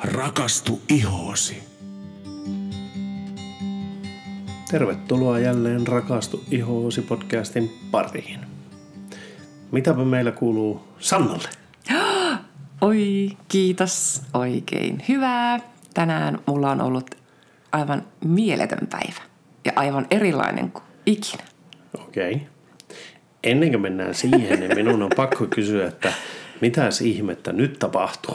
Rakastu ihoosi. Tervetuloa jälleen Rakastu ihoosi podcastin pariin. Mitäpä meillä kuuluu Sannalle? Oi, kiitos. Oikein hyvää. Tänään mulla on ollut aivan mieletön päivä ja aivan erilainen kuin ikinä. Okei. Ennen kuin mennään siihen, niin minun on pakko kysyä, että mitäs ihmettä nyt tapahtuu?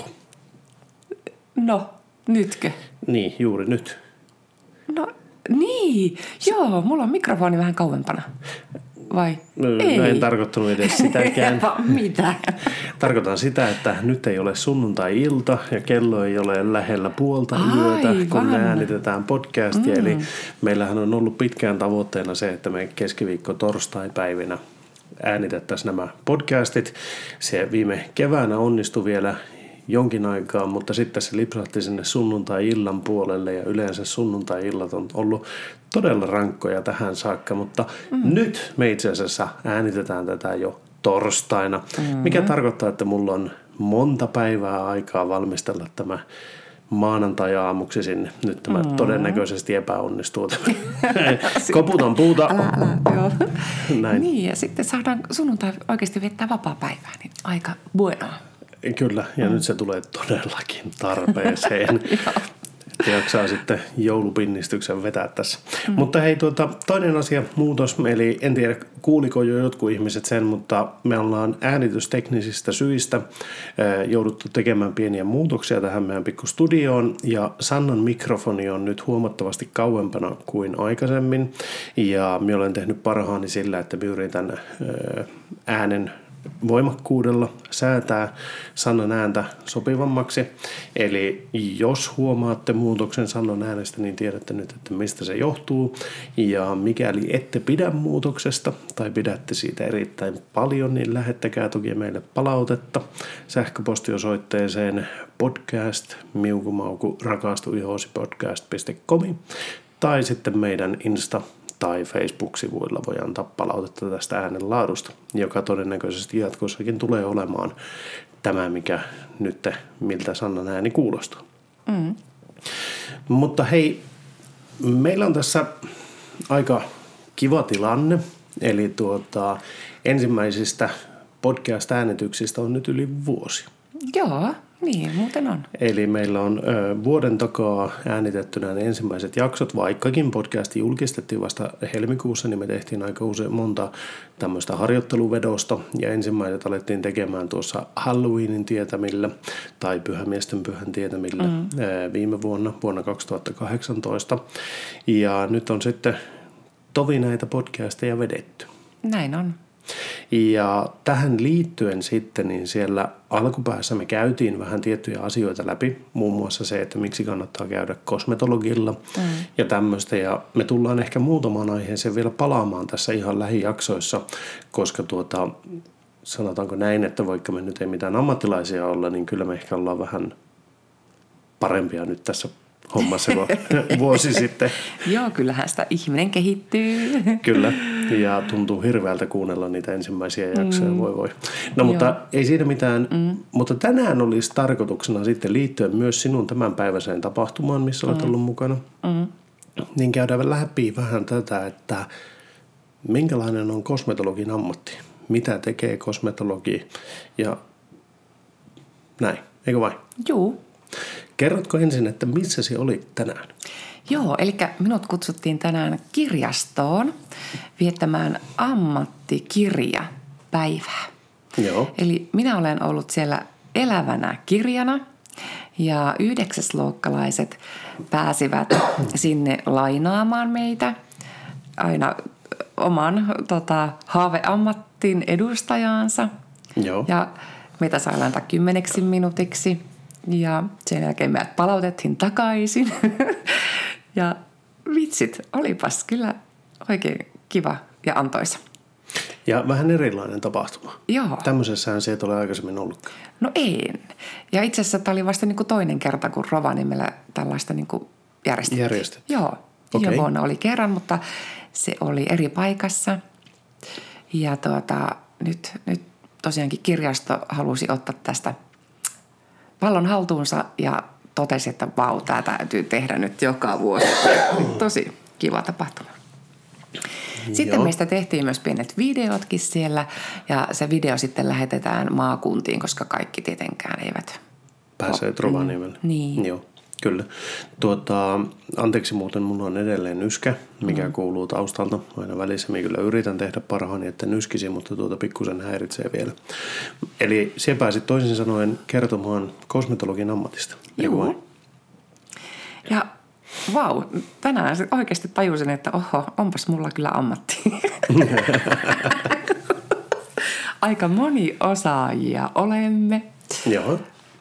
No, nytkö? Niin, juuri nyt. No, niin. Joo, mulla on mikrofoni vähän kauempana. Vai? Ei. En tarkoittanut edes sitäkään. Mitä? Tarkoitan sitä, että nyt ei ole sunnuntai-ilta ja kello ei ole lähellä puolta yötä, kun me äänitetään podcastia. Eli meillähän on ollut pitkään tavoitteena se, että me keskiviikko-torstai-päivinä äänitettäisiin nämä podcastit. Se viime keväänä onnistui vielä jonkin aikaa, mutta sitten se lipsahti sinne sunnuntai-illan puolelle ja yleensä sunnuntai-illat on ollut todella rankkoja tähän saakka, mutta nyt me itse asiassa äänitetään tätä jo torstaina, mikä tarkoittaa, että mulla on monta päivää aikaa valmistella tämä maanantai-aamuksi sinne. Nyt tämä todennäköisesti epäonnistuu. Koputan puuta. Joo. Näin. Niin, ja sitten saadaan sunnuntai oikeasti viettää vapaa-päivää, niin aika buenoa. Kyllä, ja nyt se tulee todellakin tarpeeseen. Että jaksaa sitten joulupinnistyksen vetää tässä. Mutta hei, toinen asia, muutos. Eli en tiedä, kuuliko jo jotkut ihmiset sen, mutta me ollaan äänitysteknisistä syistä jouduttu tekemään pieniä muutoksia tähän meidän pikkustudioon. Ja Sannan mikrofoni on nyt huomattavasti kauempana kuin aikaisemmin. Ja minä olen tehnyt parhaani sillä, että minä yritän äänen voimakkuudella säätää Sannan ääntä sopivammaksi. Eli jos huomaatte muutoksen Sannan äänestä, niin tiedätte nyt, että mistä se johtuu. Ja mikäli ette pidä muutoksesta tai pidätte siitä erittäin paljon, niin lähettäkää toki meille palautetta sähköpostiosoitteeseen podcast@rakastuihoosipodcast.com tai sitten meidän Insta- tai Facebook-sivuilla voi antaa palautetta tästä äänenlaadusta, joka todennäköisesti jatkossakin tulee olemaan tämä, mikä nyt, miltä Sannan ääni kuulostaa. Mutta hei, meillä on tässä aika kiva tilanne, eli ensimmäisistä podcast-äänityksistä on nyt yli vuosi. Joo, niin muuten on. Eli meillä on vuoden takaa äänitettynä ne ensimmäiset jaksot, vaikkakin podcasti julkistettiin vasta helmikuussa, niin me tehtiin aika monta tämmöistä harjoitteluvedosta, ja ensimmäiset alettiin tekemään tuossa Halloweenin tietämillä tai Pyhämiesten pyhän tietämillä viime vuonna 2018, ja nyt on sitten tovi näitä podcasteja vedetty. Näin on. Ja tähän liittyen sitten, niin siellä alkupäässä me käytiin vähän tiettyjä asioita läpi, muun muassa se, että miksi kannattaa käydä kosmetologilla ja tämmöistä. Ja me tullaan ehkä muutamaan aiheeseen vielä palaamaan tässä ihan lähijaksoissa, koska sanotaanko näin, että vaikka me nyt ei mitään ammattilaisia olla, niin kyllä me ehkä ollaan vähän parempia nyt tässä hommassa kuin vuosi sitten. Joo, kyllähän sitä ihminen kehittyy. Kyllä, ja tuntuu hirveältä kuunnella niitä ensimmäisiä jaksoja, voi. No mutta ei siinä mitään, mutta tänään olisi tarkoituksena sitten liittyen myös sinun tämänpäiväiseen tapahtumaan, missä olet ollut mukana. Niin käydään läpi vähän tätä, että minkälainen on kosmetologin ammatti, mitä tekee kosmetologi ja näin, eikö vain? Joo. Kerrotko ensin, että missä sinä olit tänään? Joo, eli minut kutsuttiin tänään kirjastoon viettämään ammattikirjapäivää. Joo. Eli minä olen ollut siellä elävänä kirjana ja 9-luokkalaiset pääsivät sinne lainaamaan meitä aina oman haaveammattin edustajaansa. Joo. Ja meitä sai lainata 10 minuutiksi. Ja sen jälkeen meidät palautettiin takaisin. Ja vitsit, olipas kyllä oikein kiva ja antoisa. Ja vähän erilainen tapahtuma. Joo. Tämmöisessähän se et ole aikaisemmin ollutkaan. No en. Ja itse asiassa tämä oli vasta niin kuin toinen kerta, kun Rovaniemellä tällaista niin kuin järjestettiin. Joo. Okay. Viime vuonna oli kerran, mutta se oli eri paikassa. Ja nyt tosiaankin kirjasto halusi ottaa tästä pallon haltuunsa ja totesin, että vau, tämä täytyy tehdä nyt joka vuosi. Tosi kiva tapahtuma. Sitten meistä tehtiin myös pienet videotkin siellä ja se video sitten lähetetään maakuntiin, koska kaikki tietenkään eivät pääsee Rovaniemelle. Niin. Joo, kyllä. Anteeksi muuten, mulla on edelleen yskä, mikä kuuluu taustalta. Aina välissä minä kyllä yritän tehdä parhaani, että yskisi, mutta pikkusen häiritsee vielä. Eli siellä pääsit toisin sanoen kertomaan kosmetologin ammatista. Joo. Ja vau, tänään oikeasti tajusin, että oho, onpas mulla kyllä ammatti. Aika moni osaajia olemme. Joo.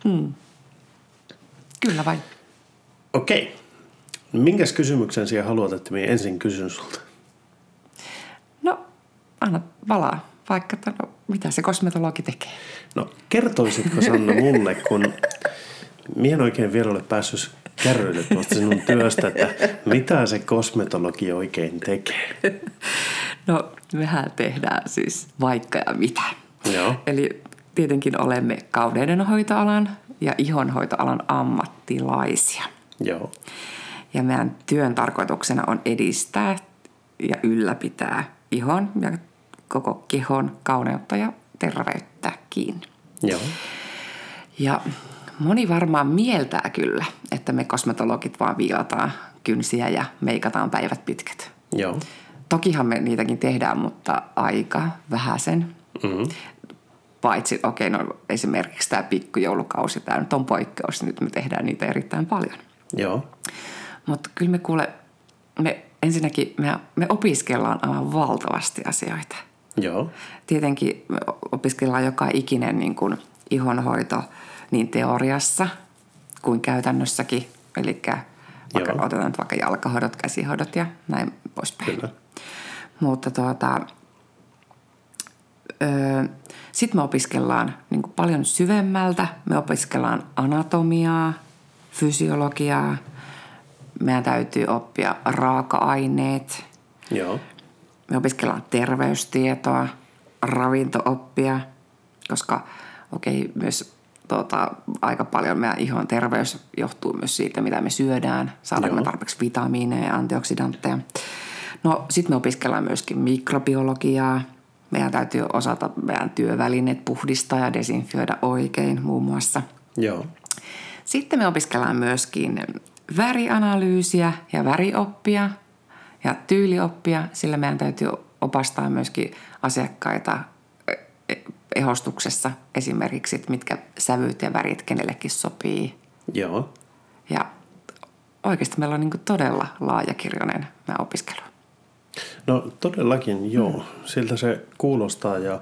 Kyllä vain. Okei. Minkäs kysymyksen sinä haluat, että minä ensin kysyn sulta? No, anna valaa. Vaikka, mitä se kosmetologi tekee? No, kertoisitko Sanna mulle, kun minä en oikein vielä ole päässyt kärryille tuosta sinun työstä, että mitä se kosmetologi oikein tekee? No, mehän tehdään siis vaikka ja mitä. Joo. Eli tietenkin olemme kauneudenhoitoalan ja ihonhoitoalan ammattilaisia. Joo. Ja meidän työn tarkoituksena on edistää ja ylläpitää ihon ja koko kehon kauneutta ja terveyttäkin. Joo. Ja moni varmaan mieltää kyllä, että me kosmetologit vaan viilataan kynsiä ja meikataan päivät pitkät. Joo. Tokihan me niitäkin tehdään, mutta aika vähäsen. Mm-hmm. Paitsi, no esimerkiksi tämä pikkujoulukausi, tämä nyt on poikkeus, nyt me tehdään niitä erittäin paljon. Joo. Mutta kyllä ensinnäkin me opiskellaan aivan valtavasti asioita. Joo. Tietenkin me opiskellaan joka ikinen niin kuin ihonhoito niin teoriassa kuin käytännössäkin. Eli otetaan nyt vaikka jalkahoidot, käsihoidot ja näin poispäin. Kyllä. Mutta sitten me opiskellaan niin kuin paljon syvemmältä. Me opiskellaan anatomiaa, fysiologiaa. Meidän täytyy oppia raaka-aineet. Joo. Me opiskellaan terveystietoa, ravinto-oppia, koska myös aika paljon meidän ihon terveys johtuu myös siitä, mitä me syödään. Saadaanko me tarpeeksi vitamiineja ja antioksidantteja. No sitten me opiskellaan myöskin mikrobiologiaa. Meidän täytyy osata meidän työvälineet puhdistaa ja desinfioida oikein muun muassa. Joo. Sitten me opiskellaan myöskin värianalyysiä ja värioppia ja tyylioppia, sillä meidän täytyy opastaa myöskin asiakkaita ehostuksessa esimerkiksi, että mitkä sävyt ja värit kenellekin sopii. Joo. Ja oikeasti meillä on niin kuin todella laajakirjoinen opiskelu. No todellakin joo. Siltä se kuulostaa ja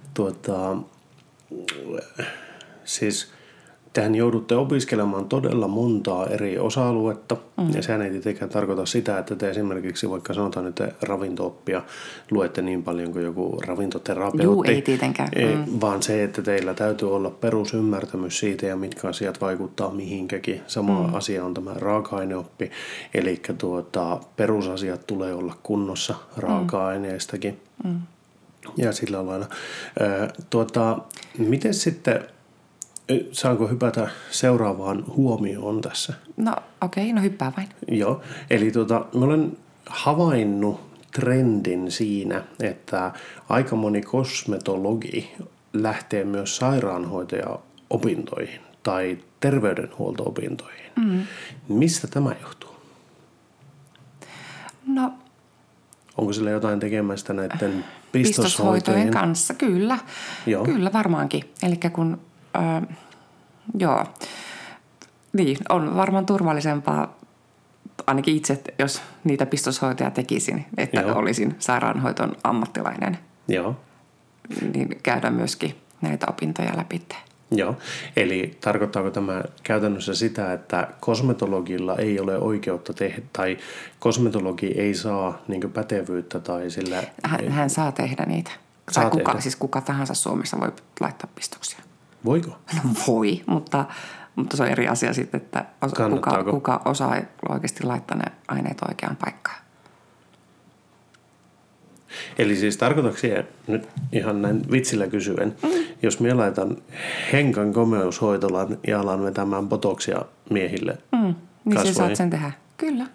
siis tehän joudutte opiskelemaan todella montaa eri osa-aluetta. Ja sehän ei tietenkään tarkoita sitä, että te esimerkiksi vaikka sanotaan nyt ravinto-oppia luette niin paljon kuin joku ravintoterapeutti. Juu, ei tietenkään. Vaan se, että teillä täytyy olla perusymmärtämys siitä ja mitkä asiat vaikuttaa mihinkäkin. Sama asia on tämä raaka-aineoppi. Eli perusasiat tulee olla kunnossa raaka-aineestakin. Ja sillä lailla. Miten sitten... Saanko hypätä seuraavaan huomioon tässä? No okei, no hyppää vain. Joo, eli mä olen havainnut trendin siinä, että aika moni kosmetologi lähtee myös sairaanhoitaja-opintoihin tai terveydenhuolto-opintoihin. Mistä tämä johtuu? No, onko sillä jotain tekemistä näiden pistoshoitojen kanssa? Kyllä, Joo. Kyllä varmaankin. Eli kun... joo, niin on varmaan turvallisempaa, ainakin itse, jos niitä pistoshoitoja tekisin, että olisin sairaanhoiton ammattilainen. Joo. Niin käydä myöskin näitä opintoja läpi. Joo, eli tarkoittaako tämä käytännössä sitä, että kosmetologilla ei ole oikeutta tehdä, tai kosmetologi ei saa niin pätevyyttä tai sillä... Hän saa tehdä niitä. Tai kuka tahansa Suomessa voi laittaa pistoksia. Voiko? No voi, mutta se on eri asia sitten, että kuka osaa oikeasti laittaa ne aineet oikeaan paikkaan. Eli siis tarkoitatko nyt ihan näin vitsillä kysyen, jos minä laitan Henkan komeushoitolan ja alan vetämään botoksia miehille niin sä saat sen tehdä. Kyllä.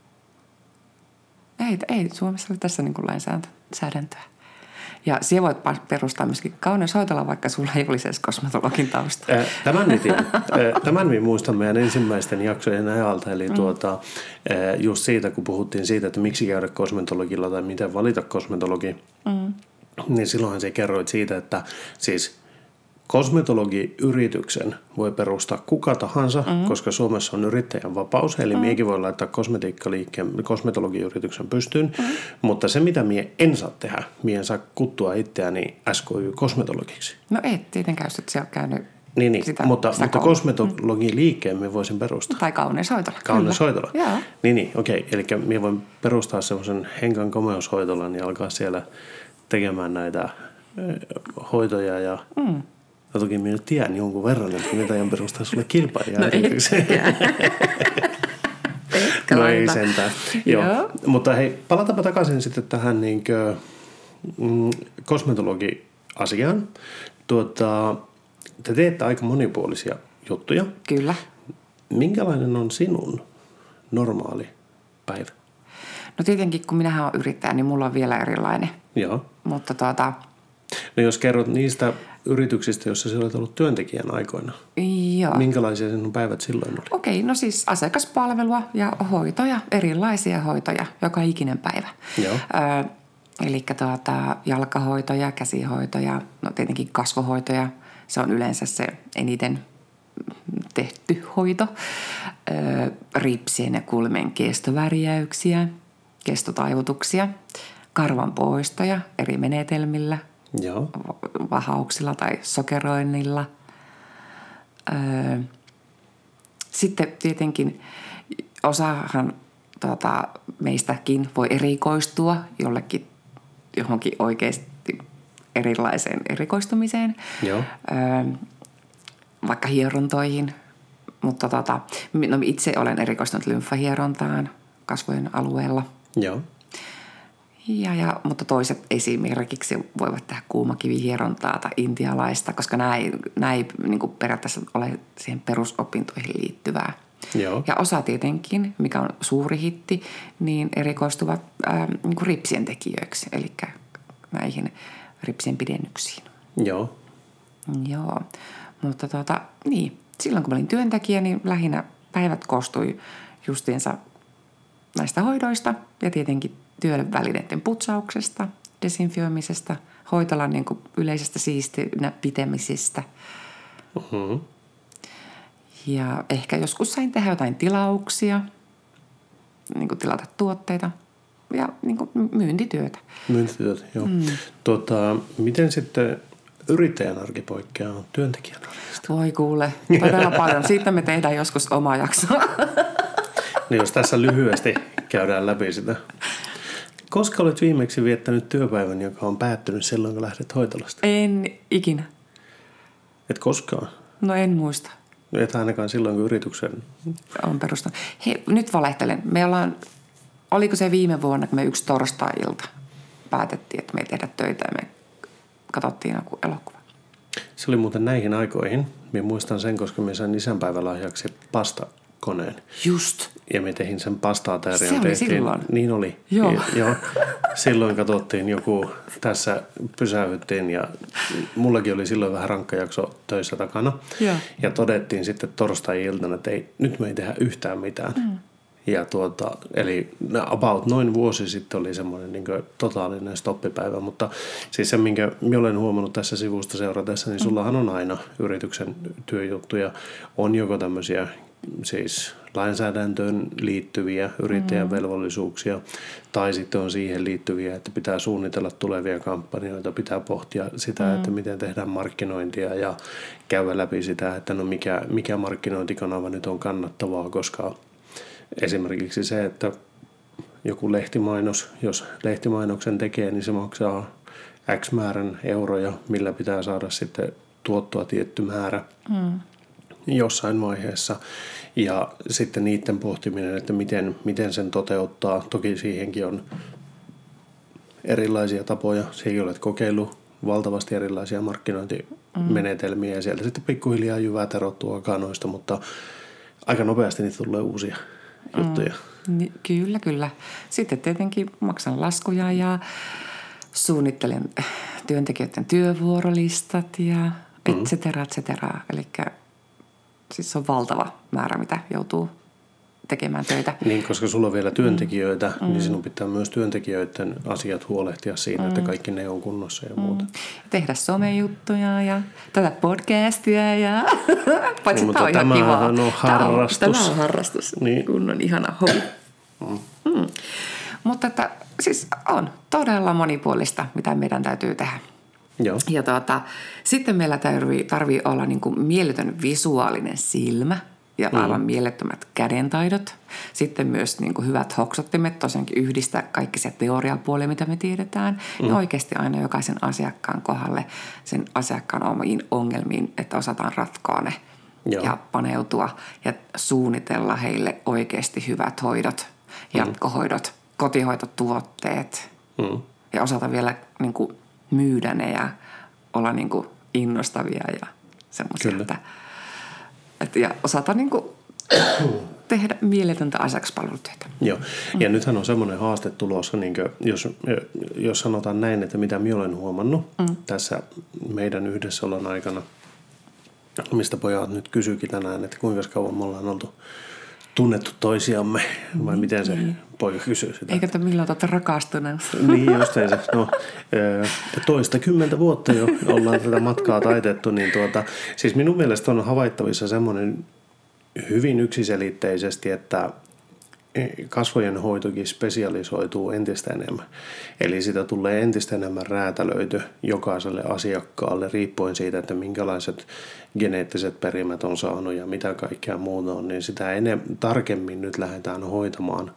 Ei Suomessa ole tässä niin kuin lainsäädäntöä. Ja siellä voit perustaa myöskin kauneushoitolan, vaikka sulla ei olisi edes kosmetologin tausta. Tämän minä muistan meidän ensimmäisten jaksojen ajalta, eli just siitä, kun puhuttiin siitä, että miksi käydä kosmetologilla tai miten valita kosmetologi, niin silloinhan se kerroit siitä, että siis kosmetologiyrityksen voi perustaa kuka tahansa, koska Suomessa on yrittäjän vapaus, eli miekin voi laittaa kosmetologiyrityksen pystyyn, mutta se mitä mie en saa tehdä, mie en saa kuttua itseäni SKY-kosmetologiksi. No et tietenkään, jos et siellä ole käynyt Niin, mutta kosmetologiliikkeen me voisin perustaa. Tai kauneushoitola. Kauneushoitola. Niin, okei. Eli minä voin perustaa semmoisen Henkan komeushoitolan ja alkaa siellä tekemään näitä hoitoja ja no toki minä nyt tiedän jonkun verran, että minä tajan perustaa sulle kilpailijaa. No no ei sentään. Joo. Mutta hei, palataanpa takaisin sitten tähän kosmetologi-asiaan. Te teette aika monipuolisia juttuja. Kyllä. Minkälainen on sinun normaali päivä? No tietenkin, kun minähän olen yrittäjä, niin mulla on vielä erilainen. Joo. Mutta No jos kerrot niistä yrityksistä, joissa sinä olet ollut työntekijän aikoina. Joo. Minkälaisia sinun päivät silloin oli? Okei, no siis asiakaspalvelua ja hoitoja, erilaisia hoitoja, joka ikinen päivä. Joo. Eli jalkahoitoja, käsihoitoja, no tietenkin kasvohoitoja. Se on yleensä se eniten tehty hoito. Ripsien ja kulmien kestovärjäyksiä, kestotaivutuksia, karvan poistoja eri menetelmillä. Joo. Vahauksilla tai sokeroinnilla. Sitten tietenkin osahan meistäkin voi erikoistua johonkin oikeasti erilaiseen erikoistumiseen. Joo. Vaikka hierontoihin. Mutta no itse olen erikoistunut lymfahierontaan kasvojen alueella. Joo. Mutta toiset esimerkiksi voivat tehdä kuumakivihierontaa tai intialaista, koska nämä ei niin kuin periaatteessa ole siihen perusopintoihin liittyvää. Joo. Ja osa tietenkin, mikä on suuri hitti, niin erikoistuvat niin kuin ripsien tekijöiksi, eli näihin ripsien pidennyksiin. Joo. Joo, mutta niin, silloin kun mä olin työntekijä, niin lähinnä päivät koostui justiinsa näistä hoidoista ja tietenkin työvälineiden putsauksesta, desinfioimisesta, hoitolan niin kuin yleisestä siistinä pitemisestä. Uh-huh. Ja ehkä joskus sain tehdä jotain tilauksia, niin kuin tilata tuotteita ja niin kuin myyntityötä. Myyntityötä, joo. Miten sitten yrittäjän arki poikkeaa työntekijän arjesta? Voi kuule, todella paljon. Siitä me tehdään joskus omaa jaksoa. Niin jos tässä lyhyesti käydään läpi sitä. Koska olet viimeksi viettänyt työpäivän, joka on päättynyt silloin, kun lähdet hoitolasta? En ikinä. Et koskaan? No en muista. Et ainakaan silloin, kun yrityksen on perustanut. Hei, nyt valehtelen. Oliko se viime vuonna, kun me yksi torstai-ilta päätettiin, että me ei tehdä töitä ja me katsottiin joku elokuva? Se oli muuten näihin aikoihin. Minä muistan sen, koska minä sain isänpäivälahjaksi pastakoneen. Just. Ja me tehin sen pastaaterian. Se oli silloin. Niin oli. Joo. Joo. Silloin katsottiin joku, tässä pysähyttiin ja mullakin oli silloin vähän rankka jakso töissä takana. Joo. Ja todettiin sitten torstai-iltana, että nyt me ei tehdä yhtään mitään. Ja eli about noin vuosi sitten oli semmoinen niin kuin totaalinen stoppipäivä, mutta siis se, minkä minä olen huomannut tässä sivusta seuratessa, niin sullahan on aina yrityksen työjuttuja, on joko tämmöisiä siis lainsäädäntöön liittyviä yrittäjän velvollisuuksia, tai sitten on siihen liittyviä, että pitää suunnitella tulevia kampanjoita, pitää pohtia sitä, että miten tehdään markkinointia ja käydä läpi sitä, että no mikä markkinointikanava nyt on kannattavaa, koska esimerkiksi se, että joku lehtimainos, jos lehtimainoksen tekee, niin se maksaa X määrän euroja, millä pitää saada sitten tuottoa tietty määrä jossain vaiheessa. Ja sitten niiden pohtiminen, että miten sen toteuttaa. Toki siihenkin on erilaisia tapoja. Sekin olet kokeillut valtavasti erilaisia markkinointimenetelmiä ja sieltä sitten pikkuhiljaa jyvät erottuu akanoista, mutta aika nopeasti niitä tulee uusia juttuja. Kyllä. Sitten tietenkin maksan laskuja ja suunnittelen työntekijöiden työvuorolistat ja et cetera. Eli siis on valtava määrä, mitä joutuu tekemään töitä. Niin, koska sulla on vielä työntekijöitä, niin sinun pitää myös työntekijöiden asiat huolehtia siinä, että kaikki ne on kunnossa ja muuta. Tehdä somejuttuja ja tätä podcastia ja paitsi No, tämä on ihan kivaa. On harrastus. Tämä on harrastus, niin. Kunnon ihana hobi. Mutta että, siis on todella monipuolista, mitä meidän täytyy tehdä. Joo. Ja sitten meillä tarvii olla niin kuin mieletön visuaalinen silmä ja aivan mielettömät kädentaidot. Sitten myös niin kuin hyvät hoksottimet, tosiaankin yhdistää kaikki se teoriapuoli, mitä me tiedetään. Ja oikeasti aina jokaisen asiakkaan kohdalle sen asiakkaan omiin ongelmiin, että osataan ratkoa ne. Joo. Ja paneutua ja suunnitella heille oikeasti hyvät hoidot, jatkohoidot, kotihoitotuotteet. Ja osata vielä niin kuin myydä ne ja olla niin kuin innostavia ja semmoisia, ja osata niin kuin tehdä mieletöntä asiakaspalvelutyötä. Joo, ja nythän on semmoinen haaste tulossa, niin jos sanotaan näin, että mitä minä olen huomannut tässä meidän yhdessäolon aikana, mistä pojat nyt kysyykin tänään, että kuinka kauan me ollaan oltu tunnettu toisiamme, vai miten se poika kysyy sitä? Eikö te milloin olette rakastuneet? Niin, jostain se. No, 20 vuotta jo ollaan tätä matkaa taitettu, niin siis minun mielestä on havaittavissa semmoinen hyvin yksiselitteisesti, että kasvojen hoitokin spesialisoituu entistä enemmän. Eli sitä tulee entistä enemmän räätälöity jokaiselle asiakkaalle riippuen siitä, että minkälaiset geneettiset perimät on saanut ja mitä kaikkea muuta on, niin sitä tarkemmin nyt lähdetään hoitamaan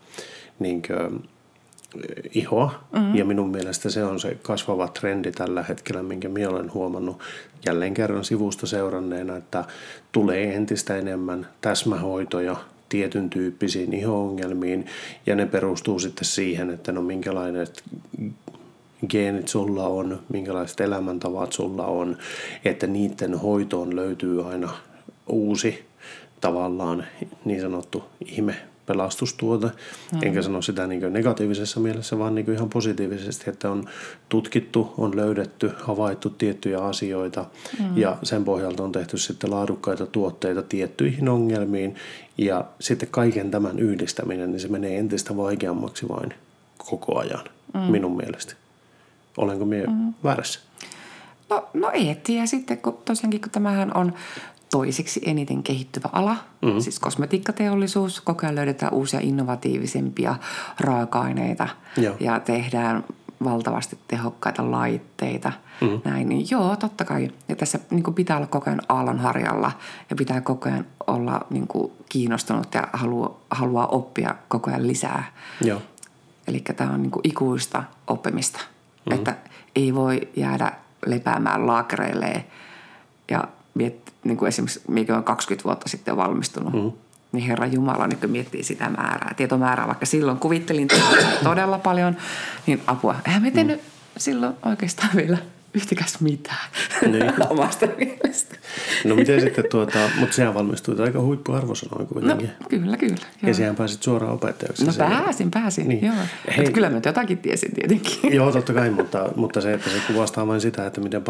ihoa. Ja minun mielestä se on se kasvava trendi tällä hetkellä, minkä minä olen huomannut jälleen kerran sivusta seuranneena, että tulee entistä enemmän täsmähoitoja tietyn tyyppisiin iho-ongelmiin, ja ne perustuu sitten siihen, että no minkälaiset geenit sulla on, minkälaiset elämäntavat sulla on, että niiden hoitoon löytyy aina uusi tavallaan niin sanottu ihme pelastustuote. Enkä sano sitä niin negatiivisessa mielessä, vaan niin ihan positiivisesti, että on tutkittu, on löydetty, havaittu tiettyjä asioita ja sen pohjalta on tehty sitten laadukkaita tuotteita tiettyihin ongelmiin ja sitten kaiken tämän yhdistäminen, niin se menee entistä vaikeammaksi vain koko ajan minun mielestä. Olenko minä väärässä? No ei tiedä sitten, kun tosiaankin kun tämähän on toiseksi eniten kehittyvä ala, siis kosmetiikkateollisuus. Koko ajan löydetään uusia innovatiivisempia raaka-aineita ja tehdään valtavasti tehokkaita laitteita. Näin, niin joo, totta kai. Ja tässä niin kuin pitää olla koko ajan aallonharjalla ja pitää koko ajan olla niin kuin kiinnostunut ja haluaa oppia koko ajan lisää. Joo. Eli tämä on niin kuin ikuista oppimista. Että ei voi jäädä lepäämään laakereilleen ja niin kuin esimerkiksi mikä on 20 vuotta sitten valmistunut, niin Herra Jumala nyt miettii sitä määrää, tietomäärää, vaikka silloin kuvittelin todella paljon, niin apua. Eihän me tehnyt silloin oikeastaan vielä yhtikäs mitään omasta mielestä. No miten sitten, mutta sehän valmistui aika huippuarvosanoin kuitenkin. No, kyllä. Ja sehän pääsit suoraan opettajaksi. No pääsin, niin. joo. Hei. Kyllä mä jotakin tiesin tietenkin. Joo, totta kai, mutta se, että se kuvastaa vain sitä, että miten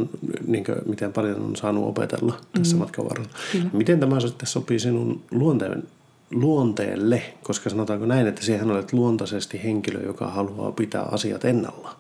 paljon on saanut opetella tässä matkan varrella. Kyllä. Miten tämä sitten sopii sinun luonteelle, koska sanotaanko näin, että siihen olet luontaisesti henkilö, joka haluaa pitää asiat ennallaan.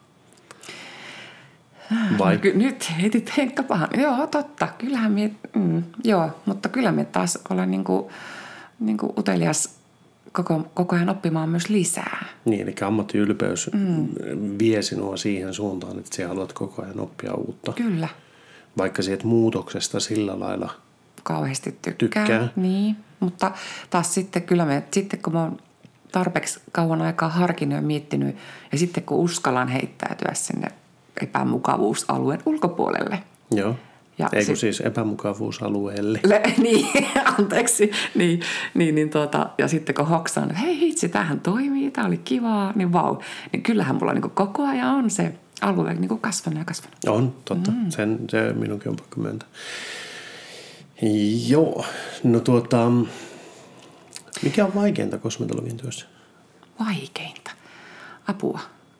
Vai? Nyt heitit Henkka pahan. Joo, totta. Kyllähän mutta kyllä me taas olen niin kuin utelias koko ajan oppimaan myös lisää. Niin, eli ammattiylpeys vie sinua siihen suuntaan, että sinä haluat koko ajan oppia uutta. Kyllä. Vaikka siitä muutoksesta sillä lailla kauheasti tykkää. Niin, mutta taas sitten sitten kun mä oon tarpeeksi kauan aikaa harkinnut ja miettinyt ja sitten kun uskallan heittäytyä sinne epämukavuusalueen ulkopuolelle. Joo. Ja ei kun siis epämukavuusalueelle. Niin, anteeksi. Ja sitten kun hoksaan, että hei hitsi, tämähän toimii, tämä oli kivaa, niin vau. Niin kyllähän mulla niin koko ajan on se alue niin kasvanut ja kasvanut. On, totta. Se minunkin on pakko myöntää. Joo, no mikä on vaikeinta kosmetologin työssä? Vaikeinta? Apua.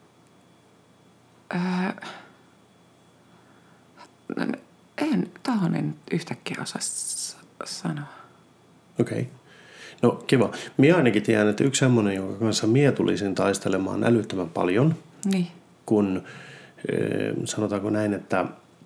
Tuohon en yhtäkkiä osaa sanoa. Okei. No kiva. Minä ainakin tiedän, että yksi semmoinen, jonka kanssa minä tulisin taistelemaan älyttömän paljon, niin. kun sanotaanko näin, että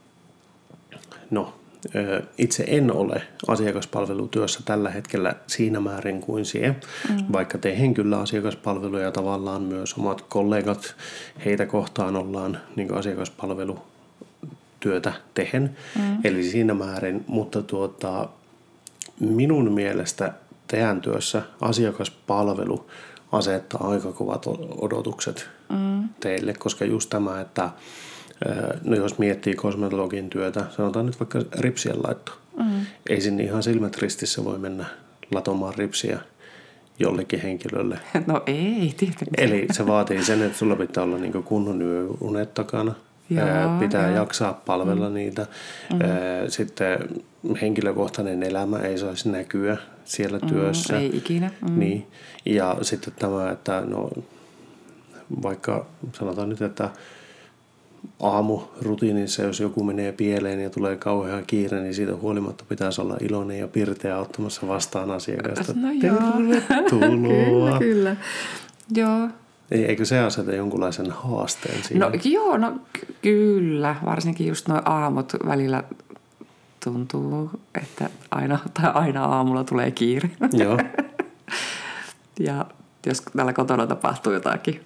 itse en ole asiakaspalvelutyössä tällä hetkellä siinä määrin kuin sie, vaikka teen kyllä asiakaspalveluja tavallaan myös omat kollegat, heitä kohtaan ollaan niin asiakaspalvelutyötä tehen, eli siinä määrin, mutta minun mielestä teidän työssä asiakaspalvelu asettaa aika kovat odotukset teille, koska just tämä, että no jos miettii kosmetologin työtä, sanotaan nyt vaikka ripsien laitto. Ei sinne ihan silmät ristissä voi mennä latomaan ripsiä jollekin henkilölle. No ei, tietenkin. Eli se vaatii sen, että sulla pitää olla niin kunnon yöunet takana. Pitää jaksaa palvella niitä. Sitten henkilökohtainen elämä ei saisi näkyä siellä työssä. Ei ikinä. Niin. Ja sitten tämä, että vaikka sanotaan nyt, että aamurutiinissa, jos joku menee pieleen ja tulee kauhean kiire, niin siitä huolimatta pitäisi olla iloinen ja pirteä ottamassa vastaan asiakasta. No Tervetuloa. Kyllä. Joo. Eikö se aseta jonkunlaisen haasteen siihen? No joo, kyllä. Varsinkin just nuo aamut välillä tuntuu, että aina aamulla tulee kiire. Joo. Ja jos täällä kotona tapahtuu jotakin.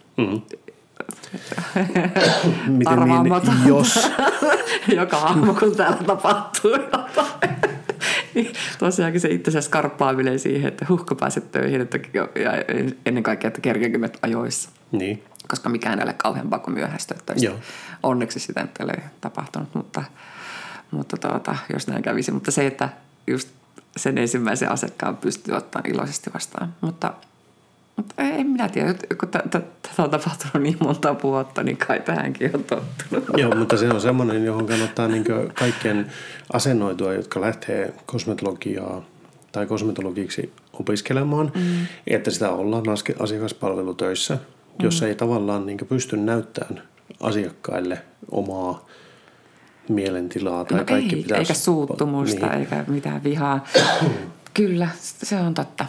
Miten niin, jos? Joka aamu, kun täällä tapahtuu jotain. Niin tosiaankin se itsensä skarppaaminen siihen, että kun pääset töihin, ja ennen kaikkea, että kerkeäkö me ajoissa. Niin. Koska mikään ei ole kauheampaa kuin myöhästyä töistä. Onneksi sitä nyt ei ole tapahtunut, mutta jos näin kävisi. Mutta se, että just sen ensimmäisen asiakkaan pystyy ottamaan iloisesti vastaan. Mutta en minä tiedä, kun tätä on tapahtunut niin monta vuotta, niin kai tähänkin on tottunut. Joo, mutta se on semmoinen, johon kannattaa niin kaikkien asennoitua, jotka lähtee kosmetologiaa tai kosmetologiksi opiskelemaan, että sitä ollaan asiakaspalvelutöissä, jos ei tavallaan niin pysty näyttämään asiakkaille omaa mielentilaa. Tai kaikki pitäisi, eikä suuttumusta, eikä mitään vihaa. Kyllä, se on totta.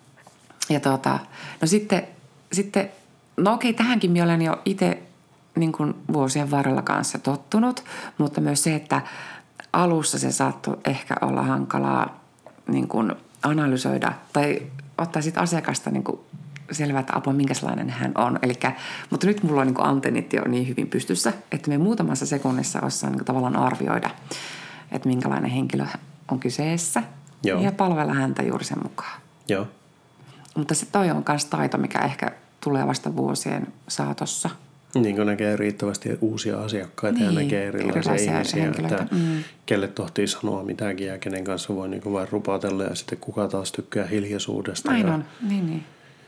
Ja no sitten, no okei, tähänkin minä olen jo itse niin kuin vuosien varrella kanssa tottunut, mutta myös se, että alussa se saattoi ehkä olla hankalaa niin kuin analysoida tai ottaa sitten asiakasta niin kuin selvää, että apua, minkälainen hän on. Mutta nyt mulla on niin kuin antennit jo niin hyvin pystyssä, että me muutamassa sekunnissa osaan niin kuin tavallaan arvioida, että minkälainen henkilö on kyseessä. Joo. Ja palvella häntä juuri sen mukaan. Joo. Mutta se toi on myös taito, mikä ehkä tulee vasta vuosien saatossa. Niin kuin näkee riittävästi uusia asiakkaita ja näkee erilaisia ihmisiä, että kelle tohtii sanoa mitäkin ja kenen kanssa voi niin vain rupatella ja sitten kuka taas tykkää hiljaisuudesta. Näin on, niin.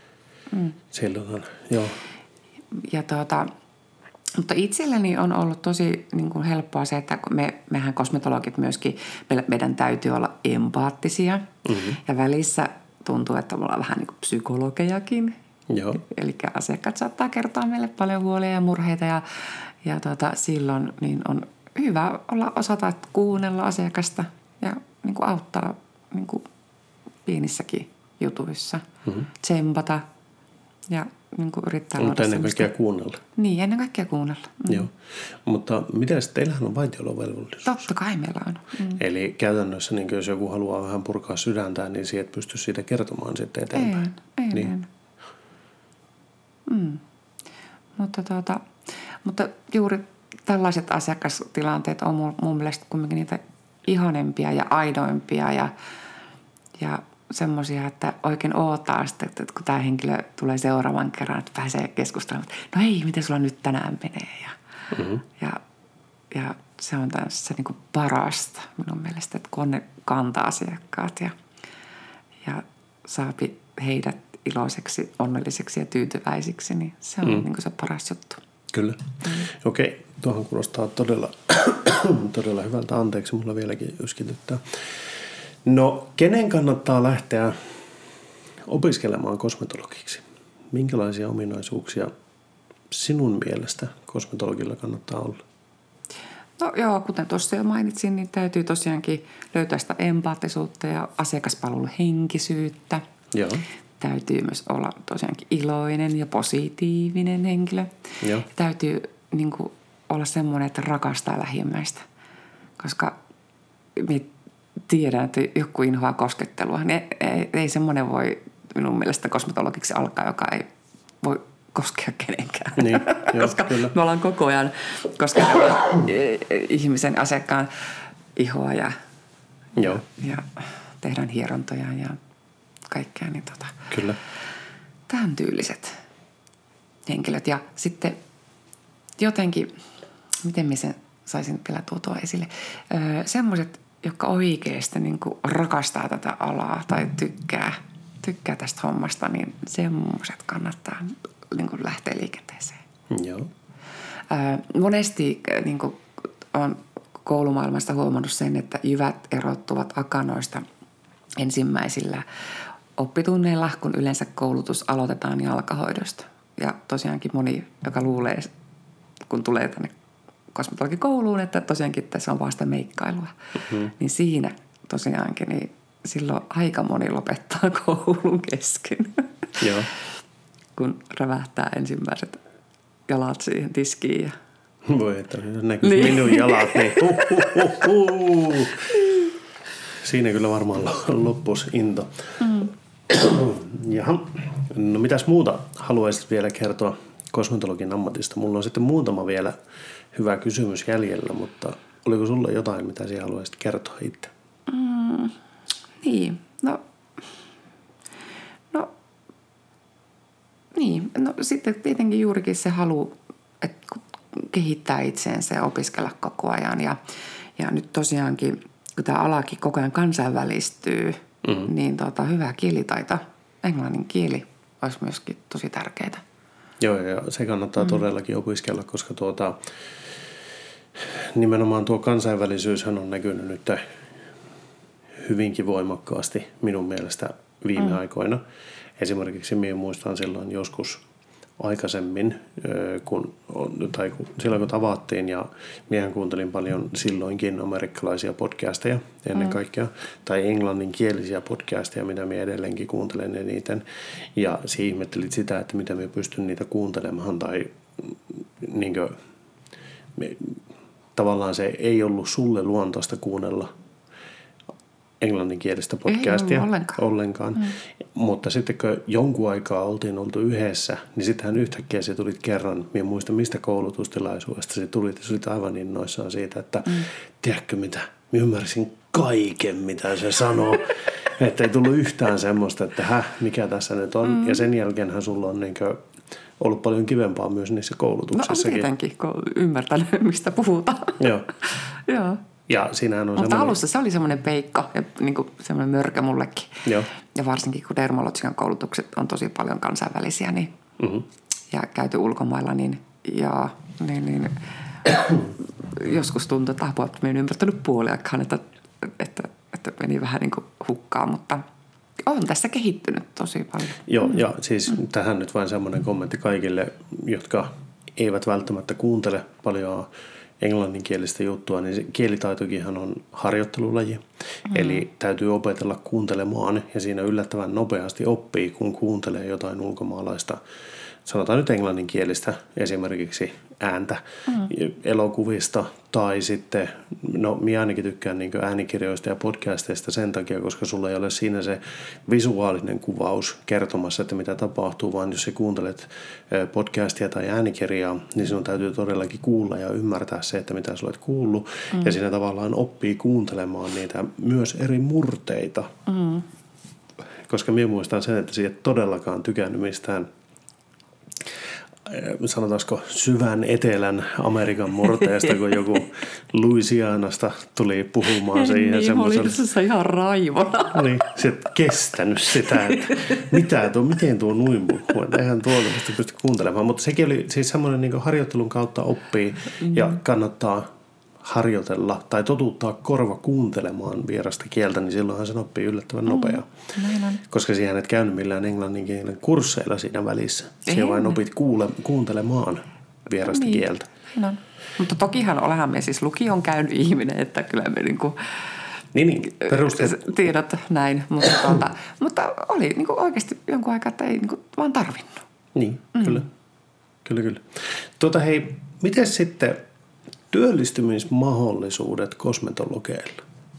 Silloin on, joo. Ja mutta itselleni on ollut tosi niin kuin helppoa se, että mehän kosmetologit myöskin, meidän täytyy olla empaattisia ja välissä tuntuu, että me ollaan vähän niin kuin psykologejakin. Joo. Eli asiakkaat saattaa kertoa meille paljon huolia ja murheita ja silloin niin on hyvä osata kuunnella asiakasta ja niin kuin auttaa niin kuin pienissäkin jutuissa, tsempata ja niin kuin yrittää mutta ennen kaikkea kuunnella. Niin, ennen kaikkea kuunnella. Joo. Mutta mitäs, teillähän on vaitiolovelvollisuus? Totta kai meillä on. Eli käytännössä, niin jos joku haluaa vähän purkaa sydäntään, niin siitä pystyy siitä kertomaan sitten eteenpäin. Ei. Niin. Mutta juuri tällaiset asiakastilanteet on mun mielestä kuitenkin niitä ihanempia ja aidoimpia ja semmoisia, että oikein odottaa sitten, että kun tämä henkilö tulee seuraavan kerran, että pääsee keskustelemaan, no hei, miten sulla nyt tänään menee ja se on tässä niin kuin parasta minun mielestä, että kun ne kantaa asiakkaat ja saapi heidät iloiseksi, onnelliseksi ja tyytyväisiksi, niin se on niin kuin se paras juttu. Kyllä. Okei, tuohon kuulostaa todella hyvältä. Anteeksi, mulla vieläkin yskityttää. No, kenen kannattaa lähteä opiskelemaan kosmetologiksi? Minkälaisia ominaisuuksia sinun mielestä kosmetologilla kannattaa olla? No joo, kuten tuossa jo mainitsin, niin täytyy tosiaankin löytää sitä empaattisuutta ja asiakaspalveluhenkisyyttä. Joo. Täytyy myös olla tosiaankin iloinen ja positiivinen henkilö. Joo. Täytyy niin kuin, olla semmoinen, että rakastaa lähimmäistä. Koska tiedän, että joku inhoaa koskettelua. Niin ei semmoinen voi minun mielestä kosmetologiksi alkaa, joka ei voi koskea kenenkään. Niin, joo, koska kyllä. me ollaan koko ajan kosketella ihmisen asiakkaan ihoa ja tehdään hierontoja ja kaikkea. Niin Kyllä. tämän tyyliset henkilöt. Ja sitten jotenkin, miten minä sen saisin vielä tuotua esille, semmoiset, jotka oikeasti niin kuin rakastaa tätä alaa tai tykkää tästä hommasta, niin semmoiset kannattaa niin kuin lähteä liikenteeseen. Joo. Monesti niin kuin olen koulumaailmasta huomannut sen, että jyvät erottuvat akanoista ensimmäisillä oppitunneilla, kun yleensä koulutus aloitetaan jalkahoidosta. Ja tosiaankin moni, joka luulee, kun tulee tänne kosmetologikouluun, että tosiaankin tässä on vasta meikkailua. Mm-hmm. Niin siinä tosiaankin, niin silloin aika moni lopettaa koulun kesken. Joo. Kun rävähtää ensimmäiset jalat siihen tiskiin. Ja... Voi, että näkyisi minun jalat, niin Siinä kyllä varmaan loppuisi into. Mm. Jaha. No mitäs muuta haluaisit vielä kertoa kosmetologin ammatista? Mulla on sitten muutama vielä hyvä kysymys jäljellä, mutta oliko sulla jotain, mitä sinä haluaisit kertoa itse? Niin, no sitten tietenkin juurikin se halu, että kehittää itseensä ja opiskella koko ajan. Ja nyt tosiaankin, kun tämä alakin koko ajan kansainvälistyy, niin hyvä kielitaito, englannin kieli olisi myöskin tosi tärkeää. Joo, ja se kannattaa todellakin opiskella, koska nimenomaan tuo kansainvälisyyshän on näkynyt nyt hyvinkin voimakkaasti minun mielestä viime aikoina. Esimerkiksi minä muistan silloin joskus aikaisemmin, silloin kun tavattiin, ja minähän kuuntelin paljon silloinkin amerikkalaisia podcasteja ennen kaikkea, tai englanninkielisiä podcasteja, mitä minä edelleenkin kuuntelen eniten, ja ihmettelit sitä, että mitä minä pystyn niitä kuuntelemaan, tai niinkö, tavallaan se ei ollut sulle luontaista kuunnella englanninkielistä podcastia ollenkaan. Mutta sitten kun jonkun aikaa oltiin oltu yhdessä, niin sittenhän yhtäkkiä se tulit kerran, minä muistan mistä koulutustilaisuudesta se tuli aivan innoissaan siitä, että tiedätkö mitä, minä ymmärsin kaiken mitä se sanoo, että ei tullut yhtään semmoista, että mikä tässä nyt on, ja sen jälkeenhän sulla on niinkö ollut paljon kivempaa myös niissä koulutuksissakin. No tietenkin, kun ymmärtänyt, mistä puhutaan. Joo. Joo. Ja siinähän on mutta alussa se oli semmoinen peikko ja niin kuin semmoinen mörkö mullekin. Joo. Ja varsinkin kun dermologian koulutukset on tosi paljon kansainvälisiä niin, ja käyty ulkomailla, niin joskus tuntui, että apua, että en ymmärtänyt puoliakaan, että meni vähän niin kuin hukkaan, mutta on tässä kehittynyt tosi paljon. Joo, ja siis tähän nyt vain semmoinen kommentti kaikille, jotka eivät välttämättä kuuntele paljon englanninkielistä juttua, niin kielitaitokinhan on harjoittelulaji. Eli täytyy opetella kuuntelemaan, ja siinä yllättävän nopeasti oppii, kun kuuntelee jotain ulkomaalaista, sanotaan nyt englanninkielistä esimerkiksi ääntä elokuvista, tai sitten, no minä ainakin tykkään niin äänikirjoista ja podcasteista sen takia, koska sulla ei ole siinä se visuaalinen kuvaus kertomassa, että mitä tapahtuu, vaan jos sä kuuntelet podcastia tai äänikirjaa, niin sinun täytyy todellakin kuulla ja ymmärtää se, että mitä sä olet kuullut, ja siinä tavallaan oppii kuuntelemaan niitä myös eri murteita. Koska minä muistan sen, että sä et todellakaan tykännyt mistään sanotaanko syvän etelän Amerikan murteesta, kun joku Louisianasta tuli puhumaan siihen niin, semmoiselle. oli se ihan raivona. Niin, se et kestänyt sitä, että miten tuo noin puhuu, että eihän tuolta pysty kuuntelemaan. Mutta sekin oli siis semmoinen niin harjoittelun kautta oppii ja kannattaa harjoitella tai totuttaa korva kuuntelemaan vierasta kieltä, niin silloinhan sen oppii yllättävän nopea. Koska siihen et käynyt millään englannin kielen kursseilla siinä välissä. Siellä vain opit kuuntelemaan vierasta kieltä. No. Mutta tokihan olehan me siis lukion käynyt ihminen, että kyllä me Niin, perusteet. Tiedot näin, mutta oli niin kuin oikeasti jonkun aikaa, että ei niin kuin vaan tarvinnut. Niin, kyllä. Kyllä. Hei, miten sitten työllistymismahdollisuudet kosmetologeilla?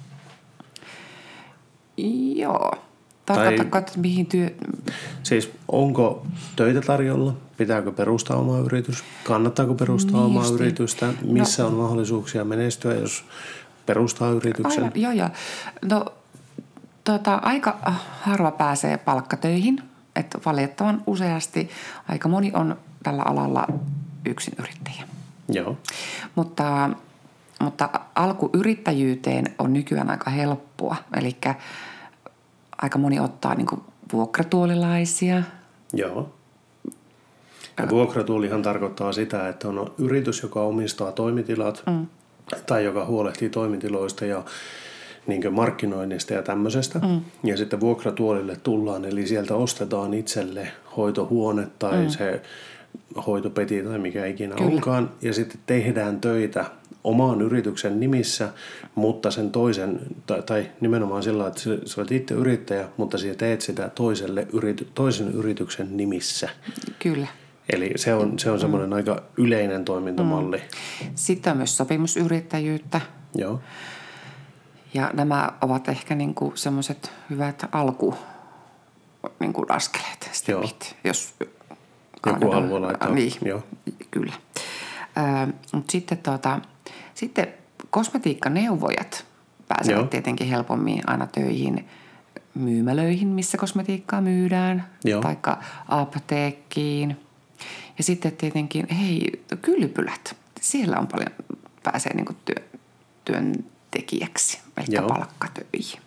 Joo. Tarkoitatko, että mihin Siis onko töitä tarjolla? Pitääkö perustaa oma yritys? Kannattaako perustaa omaa yritystä? Missä on mahdollisuuksia menestyä, jos perustaa yrityksen? Aivan, joo. No, aika harva pääsee palkkatöihin. Että valitettavan useasti aika moni on tällä alalla yksinyrittäjä. Joo. Mutta alkuyrittäjyyteen on nykyään aika helppoa. Eli aika moni ottaa niin kuin vuokratuolilaisia. Joo. Ja vuokratuolihan tarkoittaa sitä, että on yritys, joka omistaa toimitilat tai joka huolehtii toimitiloista ja niin markkinoinnista ja tämmöisestä. Ja sitten vuokratuolille tullaan, eli sieltä ostetaan itselle hoitohuone tai se hoitopeti tai mikä ikinä onkaan. Ja sitten tehdään töitä oman yrityksen nimissä, mutta sen toisen, tai nimenomaan sillä, että sä olet itse yrittäjä, mutta sä teet sitä toisen yrityksen nimissä. Kyllä. Eli se on semmoinen aika yleinen toimintamalli. Sitten on myös sopimusyrittäjyyttä. Joo. Ja nämä ovat ehkä niinku semmoiset hyvät niinku askeleet, stepit, jos joku haluaa laittaa. Niin, joo. Kyllä. Mutta sitten kosmetiikkaneuvojat pääsevät tietenkin helpommin aina töihin myymälöihin, missä kosmetiikkaa myydään, taikka apteekkiin. Ja sitten tietenkin, kylpylät. Siellä on paljon, pääsee niinku työntekijäksi, eli palkkatöihin.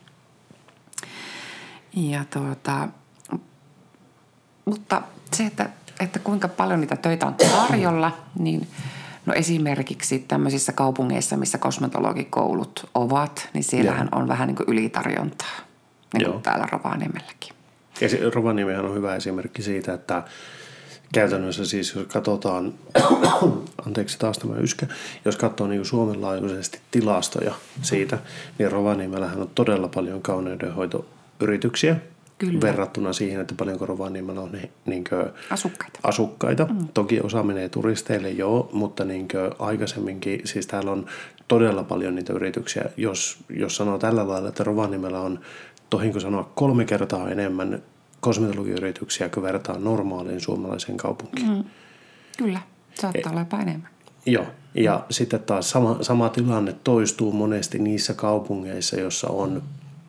Ja mutta se, että kuinka paljon niitä töitä on tarjolla, niin no esimerkiksi tämmöisissä kaupungeissa, missä kosmetologikoulut ovat, niin siellähän on vähän niin kuin ylitarjontaa, niin kuin täällä Rovaniemelläkin. Ja Rovaniemihän on hyvä esimerkki siitä, että käytännössä siis, jos katsotaan, anteeksi taas tämä yskä, jos katsoo niin kuin Suomen laajuisesti tilastoja siitä, niin Rovaniemellähän on todella paljon kauneudenhoitoyrityksiä. Kyllä. Verrattuna siihen, että paljonko Rovaniemellä on asukkaita. Toki osa menee turisteille, mutta aikaisemminkin, siis täällä on todella paljon niitä yrityksiä. Jos sanoo tällä lailla, että Rovaniemellä on, tohinko sanoa, 3 kertaa enemmän kosmetologiyrityksiä kuin vertaa normaaliin suomalaiseen kaupunkiin. Kyllä, saattaa olla jopa enemmän. Joo, ja sitten taas sama tilanne toistuu monesti niissä kaupungeissa, jossa on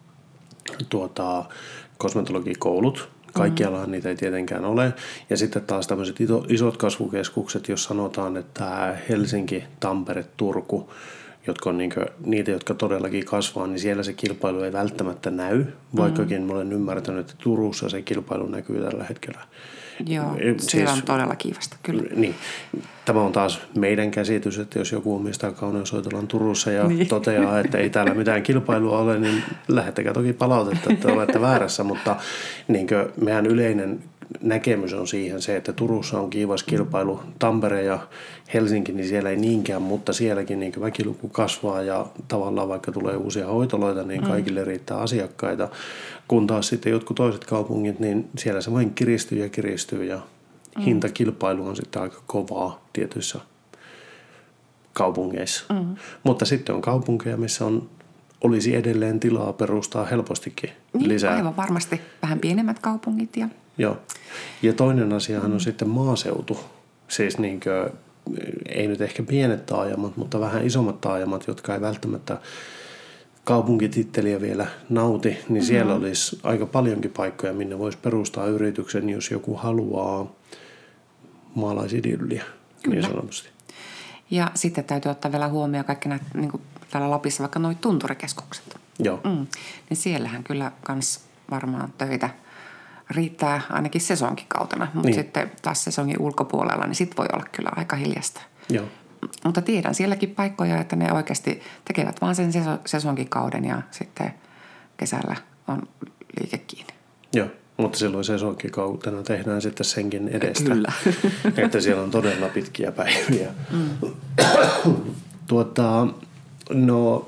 kosmetologikoulut. Kaikkiallahan niitä ei tietenkään ole. Ja sitten taas tämmöiset isot kasvukeskukset, jos sanotaan, että Helsinki, Tampere, Turku, jotka on niitä, jotka todellakin kasvaa, niin siellä se kilpailu ei välttämättä näy, vaikkakin mä olen ymmärtänyt, että Turussa se kilpailu näkyy tällä hetkellä. Joo, siellä on todella kiivasta, kyllä. Niin. Tämä on taas meidän käsitys, että jos joku omistaa kauneushoitolan Turussa ja toteaa, että ei täällä mitään kilpailua ole, niin lähettäkää toki palautetta, että olette väärässä, mutta meidän yleinen näkemys on siihen se, että Turussa on kiivas kilpailu. Tampere ja Helsinki, niin siellä ei niinkään, mutta sielläkin väkiluku kasvaa ja tavallaan vaikka tulee uusia hoitoloita, niin kaikille riittää asiakkaita. Kun taas sitten jotkut toiset kaupungit, niin siellä se vain kiristyy ja hintakilpailu on sitten aika kovaa tietyissä kaupungeissa. Mutta sitten on kaupunkeja, missä olisi edelleen tilaa perustaa helpostikin lisää. Aivan varmasti. Vähän pienemmät kaupungit. Joo. Ja toinen asiahan on sitten maaseutu. Siis ei nyt ehkä pienet taajamat, mutta vähän isommat taajamat, jotka ei välttämättä kaupunkititteliä vielä nauti, niin siellä olisi aika paljonkin paikkoja, minne voisi perustaa yrityksen, jos joku haluaa maalaisidylliä, niin sanotusti. Ja sitten täytyy ottaa vielä huomioon kaikki nämä, niin kuin täällä Lapissa vaikka nuo tunturikeskukset. Joo. Niin siellähän kyllä kans varmaan töitä riittää ainakin sesonkikautena, mutta sitten taas sesongin ulkopuolella, niin sit voi olla kyllä aika hiljasta. Joo. Mutta tiedän sielläkin paikkoja, että ne oikeasti tekevät vaan sen sesonkikauden ja sitten kesällä on liike kiinni. Joo, mutta silloin sesonkikautena tehdään sitten senkin edestä. Kyllä. Että siellä on todella pitkiä päiviä. No,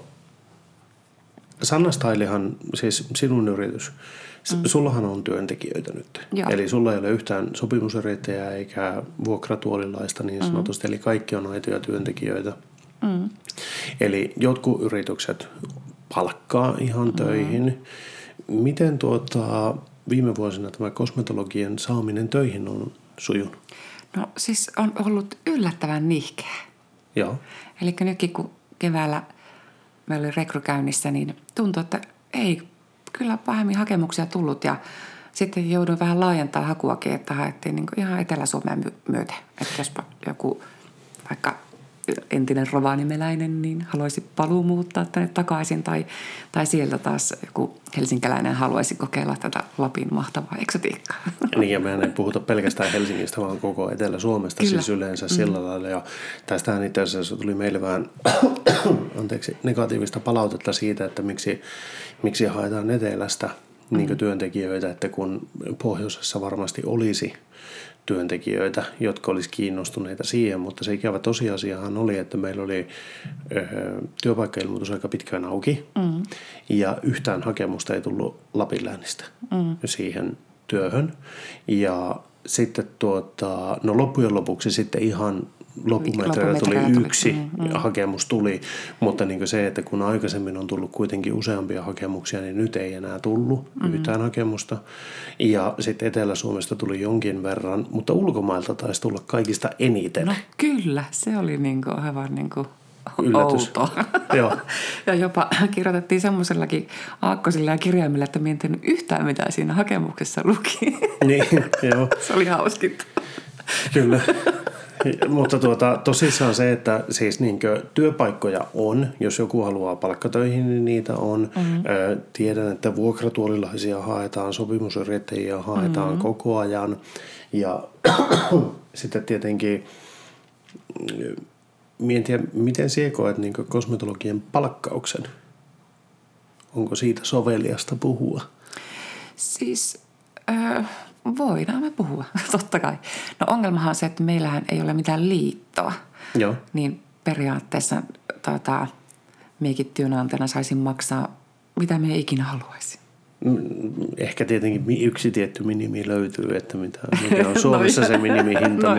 Sanna Stylehan, siis sinun yritys, sullahan on työntekijöitä nyt. Joo. Eli sulla ei ole yhtään sopimusyrittäjää eikä vuokratuolilaista niin sanotusti, eli kaikki on aitoja työntekijöitä. Eli jotkut yritykset palkkaa ihan töihin. Miten viime vuosina tämä kosmetologien saaminen töihin on sujunut? No siis on ollut yllättävän nihkeä. Joo. Eli nytkin kun keväällä meillä oli rekry käynnissä, niin tuntui, että ei kyllä pahemmin hakemuksia tullut ja sitten jouduin vähän laajentaa hakuakin, että haettiin niin ihan Etelä-Suomeen myöten. Että jospa joku vaikka entinen rovaniemeläinen niin haluaisi paluumuuttaa tänne takaisin tai sieltä taas joku helsinkiläinen haluaisi kokeilla tätä Lapin mahtavaa eksotiikkaa. Niin ja mehän ei puhuta pelkästään Helsingistä, vaan koko Etelä-Suomesta kyllä. Siis yleensä sillä lailla. Ja tästähän itse asiassa tuli meille vähän negatiivista palautetta siitä, että miksi haetaan etelästä niin työntekijöitä, että kun pohjoisessa varmasti olisi työntekijöitä, jotka olisi kiinnostuneita siihen, mutta se ikävä tosiasiahan oli, että meillä oli työpaikkailmoitus aika pitkään auki ja yhtään hakemusta ei tullut Lapinläänistä siihen työhön. Ja sitten loppujen lopuksi sitten ihan loppumetreillä tuli yksi hakemus tuli, mutta niin se, että kun aikaisemmin on tullut kuitenkin useampia hakemuksia, niin nyt ei enää tullut yhtään hakemusta. Ja sitten Etelä-Suomesta tuli jonkin verran, mutta ulkomailta taisi tulla kaikista eniten. No kyllä, se oli aivan yllätys. outoa. Joo. Ja jopa kirjoitettiin semmoisellakin aakkosilla ja kirjaimilla, että minä en tiennyt yhtään mitä siinä hakemuksessa luki. Niin, joo. Se oli hauskinta. Kyllä. Mutta tosissaan se, että siis työpaikkoja on, jos joku haluaa palkkatöihin, niin niitä on. Tiedän, että vuokratuolilaisia haetaan, sopimusyrittäjiä haetaan koko ajan. Ja sitten tietenkin, en tiedä, miten sinä koet kosmetologien palkkauksen? Onko siitä soveliasta puhua? Siis voidaan me puhua, totta kai. No ongelmahan on se, että meillähän ei ole mitään liittoa. Joo. Niin periaatteessa meikin työnantajana saisin maksaa, mitä me ikinä haluaisin. Ehkä tietenkin yksi tietty minimi löytyy, että mikä on Suomessa se minimihinta.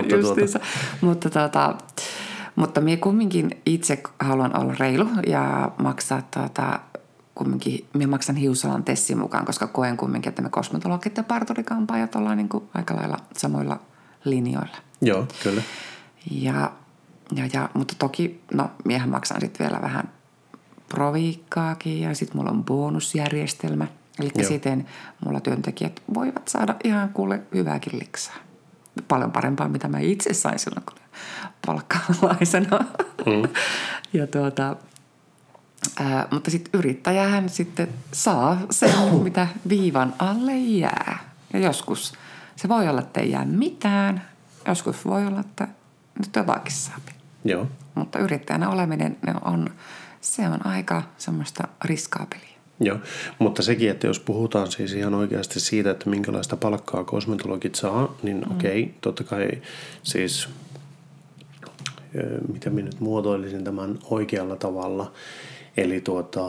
Mutta minä kumminkin itse haluan olla reilu ja maksaa kumminkin, minä maksan Hiusalan Tessin mukaan, koska koen kumminkin, että me kosmetologit ja parturikampaajat ollaan aika lailla samoilla linjoilla. Joo, kyllä. Mutta toki, miehän maksan sitten vielä vähän proviikkaakin ja sitten mulla on bonusjärjestelmä. Eli siten mulla työntekijät voivat saada ihan hyvääkin liksaa. Paljon parempaa, mitä mä itse sain silloin, kun palkkalaisena. Mutta sitten yrittäjähän sitten saa sen, mitä viivan alle jää. Ja joskus se voi olla, että ei jää mitään. Joskus voi olla, että nyt jotakin saa. Joo. Mutta yrittäjänä oleminen se on aika semmoista riskaapelia. Joo, mutta sekin, että jos puhutaan siis ihan oikeasti siitä, että minkälaista palkkaa kosmetologit saa, niin okei, totta kai siis, miten minä nyt muotoilisin tämän oikealla tavalla. Eli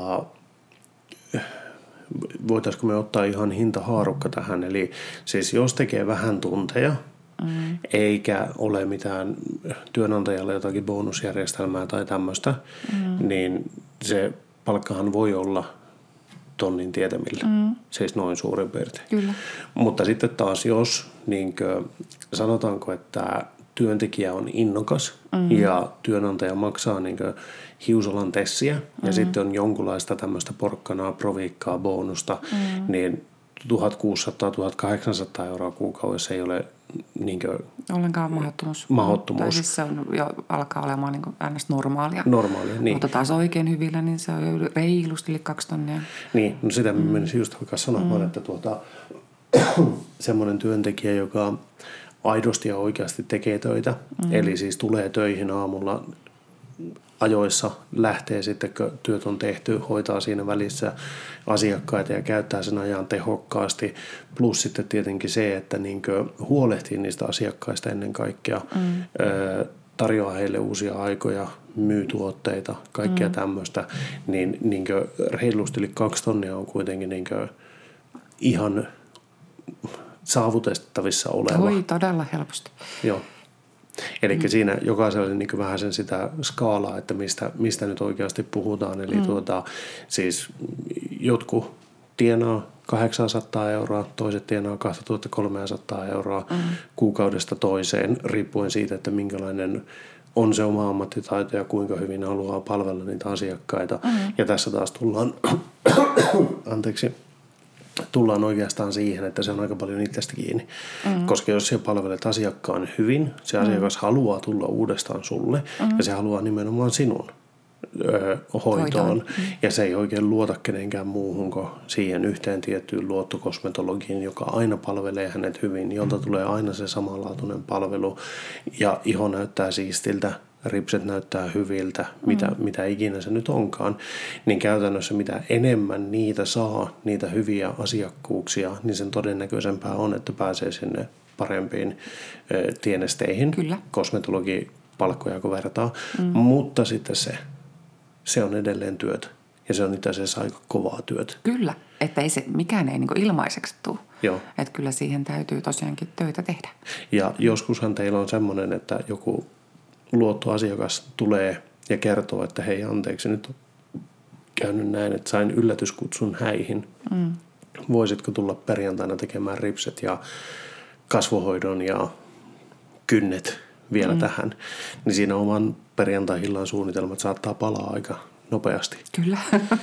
voitaisiko me ottaa ihan hintahaarukka tähän, eli siis jos tekee vähän tunteja, eikä ole mitään työnantajalle jotakin bonusjärjestelmää tai tämmöistä, niin se palkkahan voi olla tonnin tietämillä, siis noin suurin piirtein. Kyllä. Mutta sitten taas jos, sanotaanko, että työntekijä on innokas ja työnantaja maksaa Hiusalan Tessiä ja sitten on jonkunlaista tämmöistä porkkanaa, proviikkaa, bonusta, niin 1 600–1 800 € kuukaudessa ei ole niinkö ollenkaan mahdottomuus. Tai siis se on jo alkaa olemaan niin kuin ns. Normaalia. Niin. Mutta taas oikein hyvillä, niin se on jo reilusti yli 2 tonnia. Niin, no sitä menisin just vaikka sanomaan, että semmoinen työntekijä, joka aidosti ja oikeasti tekee töitä, eli siis tulee töihin aamulla ajoissa, lähtee sitten, kun työt on tehty, hoitaa siinä välissä asiakkaita ja käyttää sen ajan tehokkaasti. Plus sitten tietenkin se, että niinkö huolehtii niistä asiakkaista ennen kaikkea, tarjoaa heille uusia aikoja, myy tuotteita, kaikkea tämmöistä, niin niinkö reilusti yli 2 tonnia on kuitenkin niinkö ihan saavutettavissa oleva. Voi todella helposti. Joo. Eli siinä jokaiselle niin vähän sen sitä skaalaa, että mistä nyt oikeasti puhutaan. Eli siis jotkut tienaa 800 €, toiset tienaa 2300 € kuukaudesta toiseen, riippuen siitä, että minkälainen on se oma ammattitaito ja kuinka hyvin haluaa palvella niitä asiakkaita. Ja tässä taas tullaan oikeastaan siihen, että se on aika paljon itsestä kiinni. Koska jos sä palvelet asiakkaan hyvin, se asiakas haluaa tulla uudestaan sulle ja se haluaa nimenomaan sinun hoitoon. Ja se ei oikein luota kenenkään muuhun kuin siihen yhteen tiettyyn luottokosmetologiin, joka aina palvelee hänet hyvin, jolta tulee aina se samanlaatuinen palvelu ja iho näyttää siistiltä, ripset näyttää hyviltä, mitä ikinä se nyt onkaan, niin käytännössä mitä enemmän niitä saa, niitä hyviä asiakkuuksia, niin sen todennäköisempää on, että pääsee sinne parempiin tienesteihin. Kyllä. Kosmetologipalkkoja kun vertaa, mutta sitten se on edelleen työtä. Ja se on itse asiassa aika kovaa työtä. Kyllä, että mikään ei niin ilmaiseksi tule. Joo. Että kyllä siihen täytyy tosiaankin töitä tehdä. Ja joskushan teillä on semmoinen, että joku luottoasiakas tulee ja kertoo, että hei anteeksi, nyt on käynyt näin, että sain yllätyskutsun häihin. Voisitko tulla perjantaina tekemään ripset ja kasvohoidon ja kynnet vielä tähän? Niin siinä oman perjantai-illan suunnitelmat saattaa palaa aika nopeasti. Kyllä.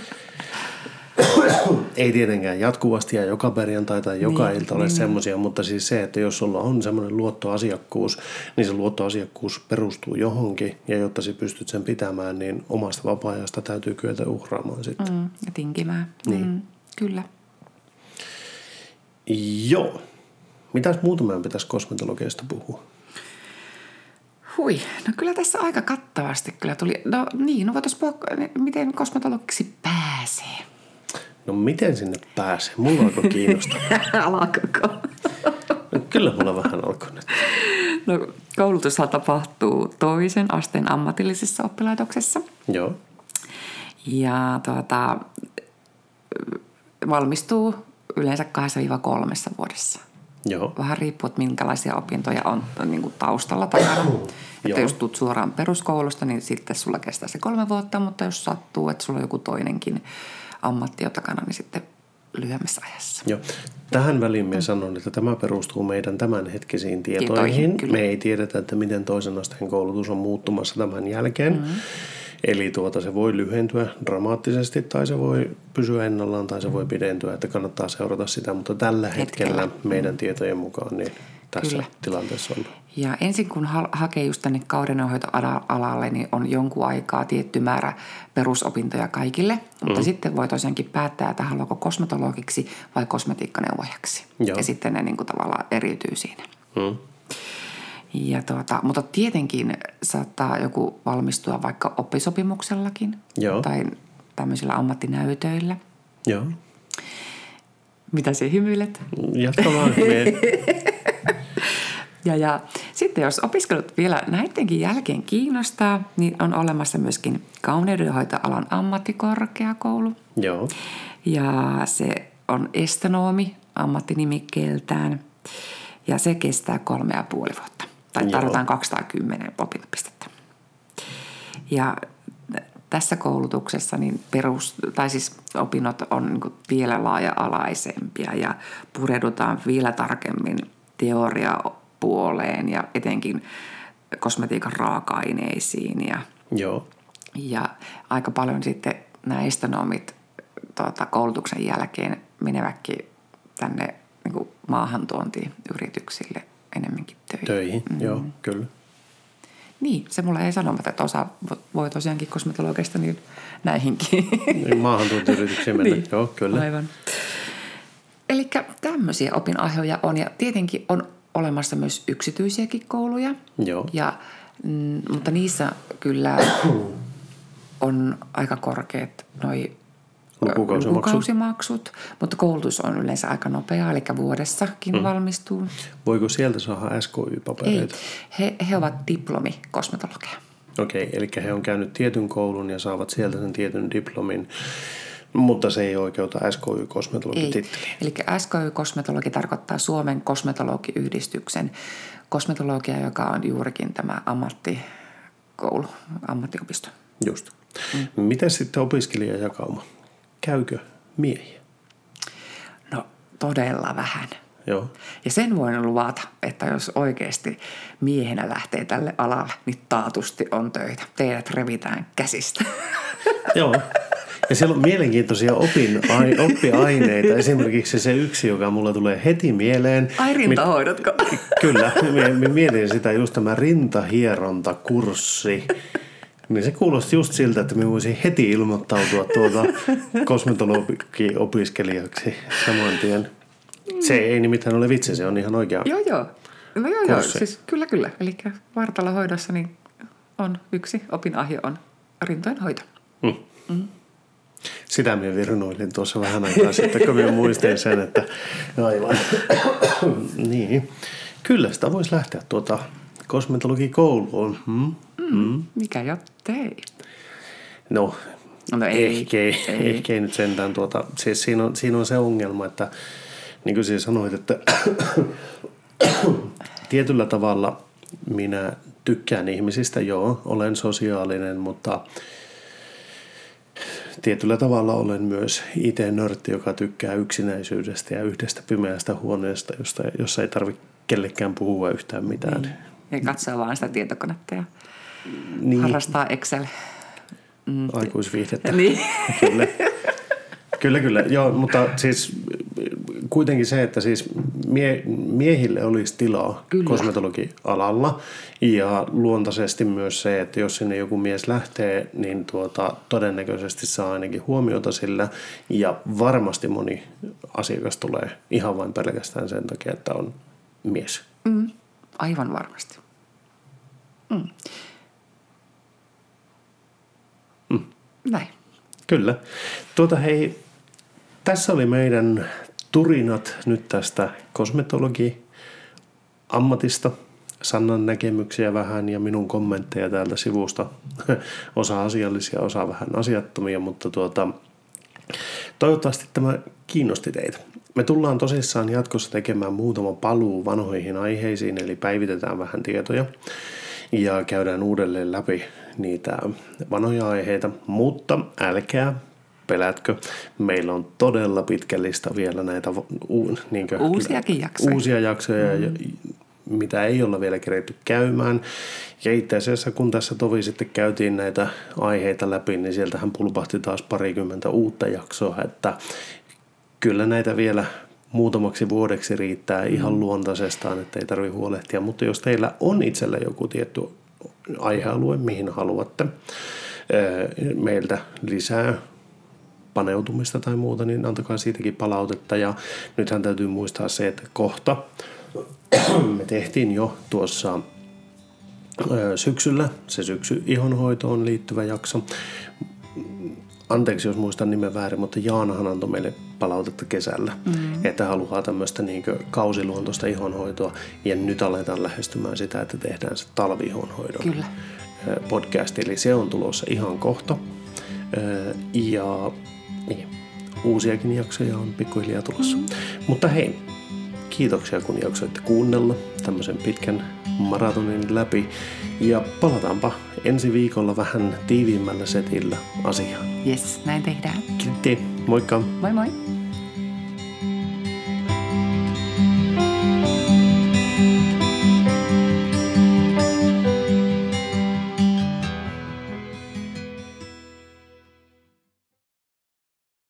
Ei tietenkään jatkuvasti ja joka perjantai tai joka ilta ole semmoisia, mutta siis se, että jos sulla on semmoinen luottoasiakkuus, niin se luottoasiakkuus perustuu johonkin ja jotta sä pystyt sen pitämään, niin omasta vapaa-ajasta täytyy kyetä uhraamaan sitten. Ja tinkimään. Niin. Kyllä. Joo. Mitäs muuta meidän pitäisi kosmetologiasta puhua? Hui, no kyllä tässä aika kattavasti kyllä tuli. No voitaisiin puhua, miten kosmetologiksi pääsee. No miten sinne pääsee? Mulla alkoi kiinnostaa. Alakoko? No, kyllä mulla vähän alkoi nyt. No koulutushan tapahtuu 2. asteen ammatillisessa oppilaitoksessa. Joo. Ja valmistuu yleensä 2-3 vuodessa. Joo. Vähän riippuu, että minkälaisia opintoja on niin kuin taustalla takana. Että jos tulet suoraan peruskoulusta, niin sitten sulla kestää se 3 vuotta, mutta jos sattuu, että sulla on joku toinenkin ammatti jo takana, niin sitten lyhyemmässä ajassa. Joo. Tähän väliin minä sanon, että tämä perustuu meidän tämänhetkisiin tietoihin. Me ei tiedetä, että miten toisen asteen koulutus on muuttumassa tämän jälkeen. Eli se voi lyhentyä dramaattisesti tai se voi pysyä ennallaan tai se voi pidentyä, että kannattaa seurata sitä, mutta tällä hetkellä meidän tietojen mukaan niin tässä tilanteessa on. Ja ensin kun hakee just tänne kaudenhoitoalalle, niin on jonkun aikaa tietty määrä perusopintoja kaikille, mutta sitten voi tosiaankin päättää, että haluaako kosmetologiksi vai kosmetiikkaneuvojaksi. Joo. Ja sitten ne niin kuin tavallaan eriytyy siinä. Ja mutta tietenkin saattaa joku valmistua vaikka oppisopimuksellakin. Joo. Tai tämmöisillä ammattinäytöillä. Joo. Mitä se hymyilet? Jatka vaan. Ja sitten jos opiskelut vielä näidenkin jälkeen kiinnostaa, niin on olemassa myöskin kauneudenhoitoalan ammattikorkeakoulu. Joo. Ja se on estanoomi ammattinimikkeeltään. Ja se kestää 3,5 vuotta. Tai tarvitaan 210 opintopistettä. Ja tässä koulutuksessa niin opinnot on niin kuin vielä laaja-alaisempia ja pureudutaan vielä tarkemmin teoriapuoleen ja etenkin kosmetiikan raaka-aineisiin. Ja aika paljon sitten nämä estonomit koulutuksen jälkeen menevätkin tänne niin kuin maahantuontiyrityksille enemmänkin Töihin, joo, kyllä. Niin, se mulla ei sanomatta, että osa voi tosiaankin kosmetologista niin näihinkin. Niin, maahantuontiyrityksiin mennä, niin, joo, kyllä. Aivan. Eli tämmöisiä opinahjoja on, ja tietenkin on olemassa myös yksityisiäkin kouluja. Joo. Mutta niissä kyllä on aika korkeat noi lukukausimaksut, mutta koulutus on yleensä aika nopeaa, eli vuodessakin valmistuu. Voiko sieltä saada SKY-papereita? Ei, he ovat diplomikosmetologeja. Okei, eli he on käynyt tietyn koulun ja saavat sieltä sen tietyn diplomin, mutta se ei oikeuta SKY-kosmetologititteliin. Eli SKY-kosmetologi tarkoittaa Suomen kosmetologiyhdistyksen kosmetologia, joka on juurikin tämä ammattikoulu, ammattiopisto. Just. Miten sitten opiskelijajakauma? Käykö miehiä? No todella vähän. Joo. Ja sen voin luvata, että jos oikeasti miehenä lähtee tälle alalle, niin taatusti on töitä. Teidät revitään käsistä. Joo. Ja siellä on mielenkiintoisia oppiaineita. Esimerkiksi se yksi, joka mulla tulee heti mieleen. Ai rintahoidotko? Kyllä. Mietin sitä just tämä rintahierontakurssi. Niin se kuulosti just siltä, että me voisin heti ilmoittautua kosmetologi-opiskelijaksi saman tien. Se ei nimittäin ole vitsi, se on ihan oikea Joo. No joo, siis kyllä. Eli vartalohoidossa niin on yksi opinahjo on rintojen hoito. Sitä minä virnuilin tuossa vähän aikaa sitten, kun minä muistin sen, että aivan. Niin. Kyllä sitä voisi lähteä kosmetologikouluun. Mikä jottei? No ehkä ei nyt sentään. Siis siinä on se ongelma, että niin kuin siis sanoit, että tietyllä tavalla minä tykkään ihmisistä, joo, olen sosiaalinen, mutta tietyllä tavalla olen myös itse nörtti, joka tykkää yksinäisyydestä ja yhdestä pimeästä huoneesta, jossa ei tarvitse kellekään puhua yhtään mitään. Ja katsoa vaan sitä tietokonetta ja harrastaa Excel. Aikuisviihdettä. Niin. Kyllä. Joo, mutta siis kuitenkin se, että siis miehille olisi tilaa kosmetologialalla ja luontaisesti myös se, että jos sinne joku mies lähtee, niin todennäköisesti saa ainakin huomiota sillä ja varmasti moni asiakas tulee ihan vain pelkästään sen takia, että on mies. Aivan varmasti. Näin. Kyllä. Hei, tässä oli meidän turinat nyt tästä kosmetologi-ammatista. Sannan näkemyksiä vähän ja minun kommentteja täältä sivusta. Osa asiallisia, osa vähän asiattomia, mutta toivottavasti tämä kiinnosti teitä. Me tullaan tosissaan jatkossa tekemään muutama paluu vanhoihin aiheisiin, eli päivitetään vähän tietoja ja käydään uudelleen läpi niitä vanhoja aiheita, mutta älkää pelätkö. Meillä on todella pitkä lista vielä näitä uusia jaksoja, mitä ei olla vielä keretty käymään. Ja itse asiassa kun tässä tovi sitten käytiin näitä aiheita läpi, niin sieltähän pulpahti taas 20 uutta jaksoa, että kyllä näitä vielä muutamaksi vuodeksi riittää ihan luontaisestaan, että ei tarvitse huolehtia. Mutta jos teillä on itsellä joku tietty aihealue, mihin haluatte meiltä lisää paneutumista tai muuta, niin antakaa siitäkin palautetta. Ja nythän täytyy muistaa se, että kohta me tehtiin jo tuossa syksyllä se ihonhoitoon liittyvä jakso. Anteeksi, jos muistan nimen väärin, mutta Jaanahan antoi meille palautetta kesällä, että haluaa tämmöistä kausiluontoista ihonhoitoa. Ja nyt aletaan lähestymään sitä, että tehdään se talvi-ihonhoidon podcast. Eli se on tulossa ihan kohta. Ja niin, uusiakin jaksoja on pikkuhiljaa tulossa. Mutta hei, kiitoksia kun jaksoitte kuunnella tämmöisen pitkän maratonin läpi. Ja palataanpa ensi viikolla vähän tiiviimmällä setillä asiaan. Yes, näin tehdään. Kiitos. Moikka. Moi moi.